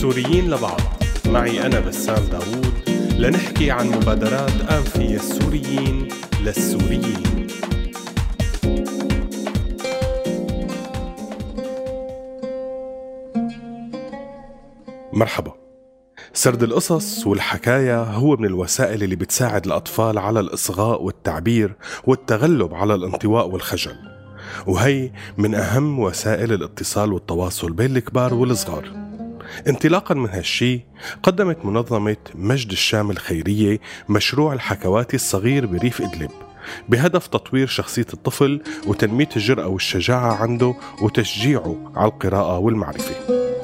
سوريين لبعض، معي أنا بسام داوود، لنحكي عن مبادرات أنفية السوريين للسوريين. مرحبا. سرد القصص والحكاية هو من الوسائل اللي بتساعد الأطفال على الإصغاء والتعبير والتغلب على الانطواء والخجل، وهي من أهم وسائل الاتصال والتواصل بين الكبار والصغار. انطلاقا من هالشي قدمت منظمة مجد الشام الخيرية مشروع الحكواتي الصغير بريف إدلب بهدف تطوير شخصية الطفل وتنمية الجرأة والشجاعة عنده وتشجيعه على القراءة والمعرفة.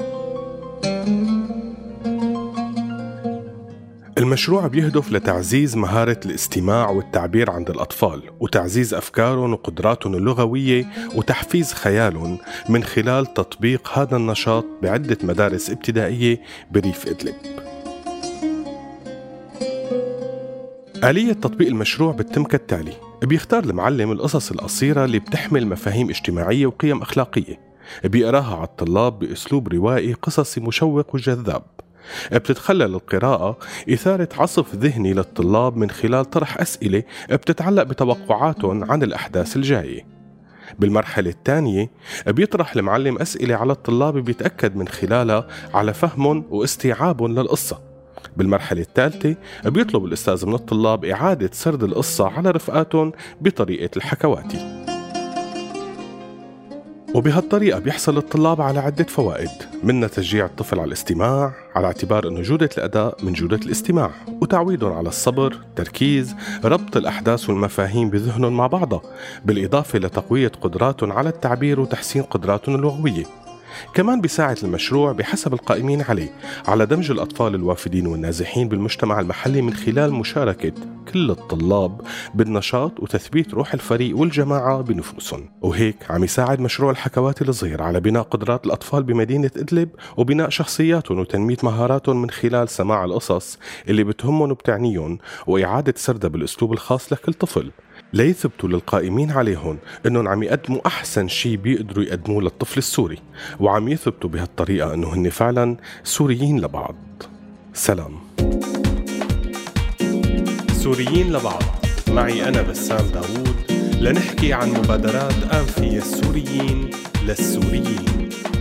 المشروع بيهدف لتعزيز مهارة الاستماع والتعبير عند الأطفال وتعزيز أفكارهم وقدراتهم اللغوية وتحفيز خيالهم من خلال تطبيق هذا النشاط بعدة مدارس ابتدائية بريف إدلب. آلية تطبيق المشروع بتتم كالتالي: بيختار المعلم القصص القصيرة اللي بتحمل مفاهيم اجتماعية وقيم أخلاقية، بيقراها على الطلاب بأسلوب روائي قصصي مشوق وجذاب. بتتخلل القراءة إثارة عصف ذهني للطلاب من خلال طرح أسئلة بتتعلق بتوقعاتهم عن الأحداث الجاية. بالمرحلة الثانية بيطرح المعلم أسئلة على الطلاب بيتأكد من خلالها على فهمهم واستيعابهم للقصة. بالمرحلة الثالثة بيطلب الأستاذ من الطلاب إعادة سرد القصة على رفقاتهم بطريقة الحكواتي. وبهالطريقة بيحصل الطلاب على عدة فوائد، منها تشجيع الطفل على الاستماع على اعتبار أنه جودة الأداء من جودة الاستماع، وتعويدهم على الصبر، تركيز، ربط الأحداث والمفاهيم بذهنهم مع بعضها، بالإضافة لتقوية قدراتهم على التعبير وتحسين قدراتهم اللغوية. كمان بيساعد المشروع بحسب القائمين عليه على دمج الأطفال الوافدين والنازحين بالمجتمع المحلي من خلال مشاركة كل الطلاب بالنشاط وتثبيت روح الفريق والجماعة بنفوسهم. وهيك عم يساعد مشروع الحكواتي الصغير على بناء قدرات الأطفال بمدينة إدلب وبناء شخصياتهم وتنمية مهاراتهم من خلال سماع القصص اللي بتهمهم وبتعنيهم وإعادة سردها بالأسلوب الخاص لكل طفل، ليثبتوا للقائمين عليهم أنهم عم يقدموا أحسن شيء بيقدروا يقدموه للطفل السوري، وعم يثبتوا بهالطريقة أنه هن فعلا سوريين لبعض. سلام. سوريين لبعض، معي أنا بسام داوود، لنحكي عن مبادرات أنفية السوريين للسوريين.